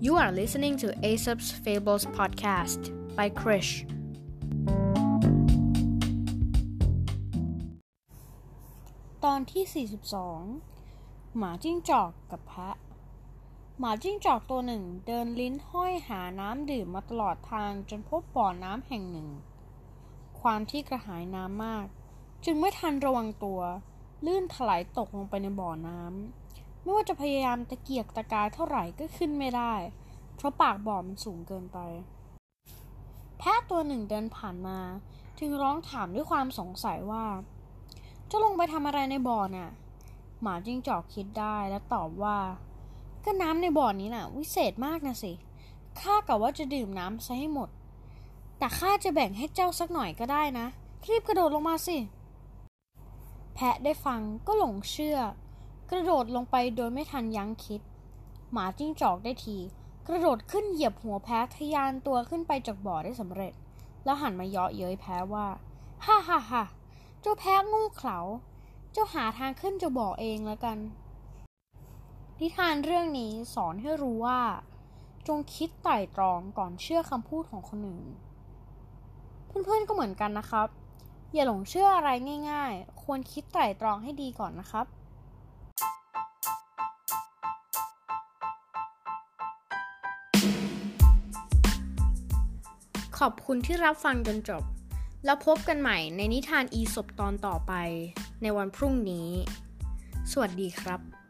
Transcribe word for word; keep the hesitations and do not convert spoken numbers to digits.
You are listening to Aesop's Fables podcast by Krish. ตอนที่สี่สิบสองหมาจิ้งจอกกับแพะหมาจิ้งจอกตัวหนึ่งเดินลิ้นห้อยหาน้ำดื่มมาตลอดทางจนพบบ่อน้ำแห่งหนึ่งความที่กระหายน้ำมากจึงไม่ทันระวังตัวลื่นถลายตกลงไปในบ่อน้ำไม่ว่าจะพยายามตะเกียกตะกายเท่าไหร่ก็ขึ้นไม่ได้เพราะปากบ่อมันสูงเกินไปแพะตัวหนึ่งเดินผ่านมาจึงร้องถามด้วยความสงสัยว่าจะลงไปทำอะไรในบ่อน่ะหมาจิ้งจอกคิดได้และตอบว่าก็น้ำในบ่อนี้น่ะวิเศษมากนะสิข้ากะว่าจะดื่มน้ำซะให้หมดแต่ข้าจะแบ่งให้เจ้าสักหน่อยก็ได้นะรีบกระโดดลงมาสิแพะได้ฟังก็หลงเชื่อกระโดดลงไปโดยไม่ทันยั้งคิดหมาจิ้งจอกได้ทีกระโดดขึ้นเหยียบหัวแพะทะยานตัวขึ้นไปจากบ่อได้สำเร็จแล้วหันมาเยาะเย้ยแพะว่าฮ่าฮ่าฮ่าเจ้าแพะงูเขลาเจ้าหาทางขึ้นจากบ่อเองแล้วกันนิทานเรื่องนี้สอนให้รู้ว่าจงคิดไตร่ตรองก่อนเชื่อคำพูดของคนอื่นเพื่อนๆก็เหมือนกันนะครับอย่าหลงเชื่ออะไรง่ายๆควรคิดไตร่ตรองให้ดีก่อนนะครับขอบคุณที่รับฟังจนจบแล้วพบกันใหม่ในนิทานอีสปตอนต่อไปในวันพรุ่งนี้สวัสดีครับ